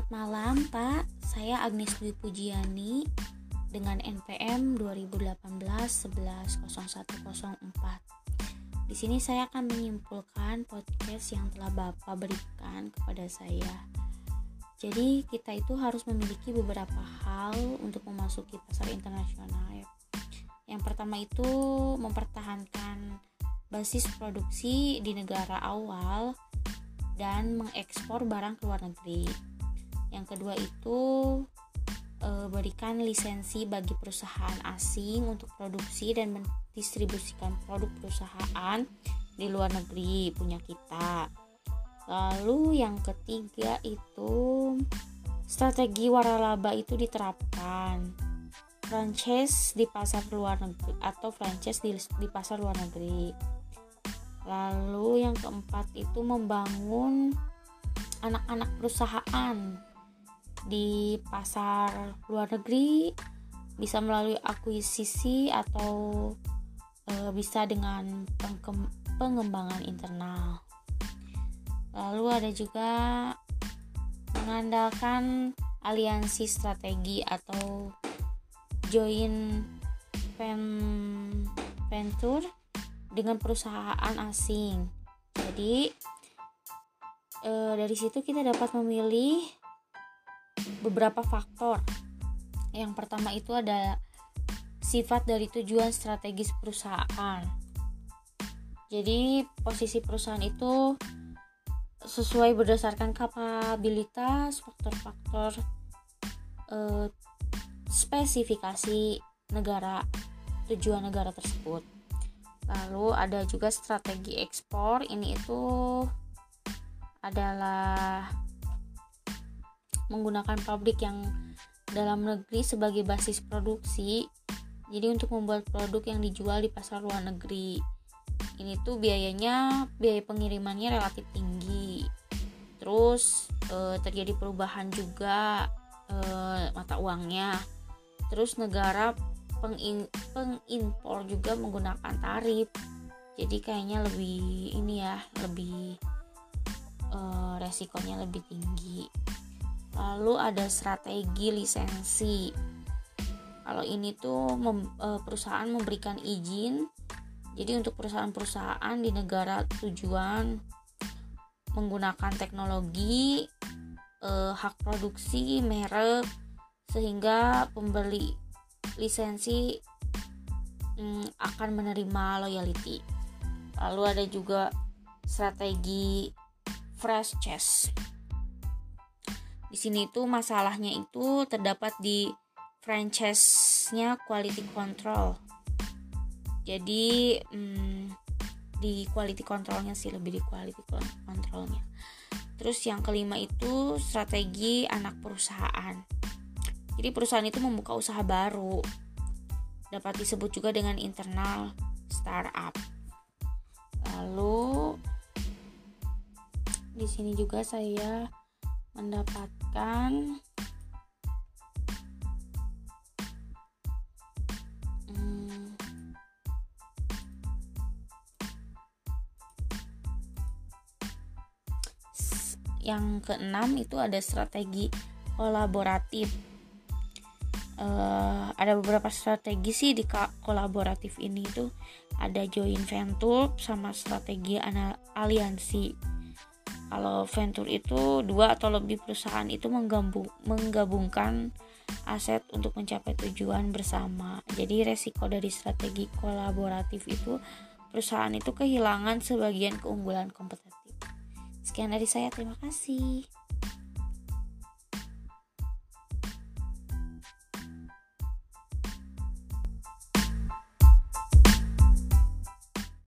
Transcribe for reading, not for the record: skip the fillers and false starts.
malam, Pak. Saya Agnes Dwi Pujiani dengan NPM 2018-11-0104. Di sini saya akan menyimpulkan podcast yang telah Bapak berikan kepada saya. Jadi, kita itu harus memiliki beberapa hal untuk memasuki pasar internasional. Yang pertama itu mempertahankan basis produksi di negara awal dan mengekspor barang ke luar negeri. Yang kedua itu berikan lisensi bagi perusahaan asing untuk produksi dan mendistribusikan produk perusahaan di luar negeri punya kita. Lalu yang ketiga itu strategi waralaba itu diterapkan. Franchise di pasar luar negeri atau franchise di pasar luar negeri. Lalu yang keempat itu membangun anak-anak perusahaan di pasar luar negeri, bisa melalui akuisisi atau bisa dengan pengembangan internal. Lalu ada juga mengandalkan aliansi strategi atau joint venture dengan perusahaan asing. Jadi dari situ kita dapat memilih beberapa faktor. Yang pertama itu ada sifat dari tujuan strategis perusahaan. Jadi posisi perusahaan itu sesuai berdasarkan kapabilitas, faktor-faktor spesifikasi negara, tujuan negara tersebut. Lalu ada juga strategi ekspor. Ini itu adalah menggunakan pabrik yang dalam negeri sebagai basis produksi. Jadi untuk membuat produk yang dijual di pasar luar negeri. Ini tuh biaya pengirimannya relatif tinggi. Terus terjadi perubahan juga mata uangnya. Terus negara pengimpor juga menggunakan tarif. Jadi kayaknya lebih resikonya lebih tinggi. Lalu ada strategi lisensi. Kalau ini tuh perusahaan memberikan izin. Jadi untuk perusahaan-perusahaan di negara tujuan menggunakan teknologi, hak produksi, merek, sehingga pembeli lisensi akan menerima loyalty. Lalu ada juga strategi franchise. Di sini tuh masalahnya itu terdapat di franchise-nya quality control. Jadi di quality controlnya sih, lebih di quality controlnya. Terus yang kelima itu strategi anak perusahaan. Jadi perusahaan itu membuka usaha baru. Dapat disebut juga dengan internal startup. Lalu di sini juga saya mendapatkan yang keenam itu ada strategi kolaboratif. Ada beberapa strategi sih di kolaboratif ini itu ada joint venture sama strategi aliansi. Kalau venture itu 2 atau lebih perusahaan itu menggabungkan aset untuk mencapai tujuan bersama. Jadi resiko dari strategi kolaboratif itu perusahaan itu kehilangan sebagian keunggulan kompetitif. Sekian dari saya, terima kasih.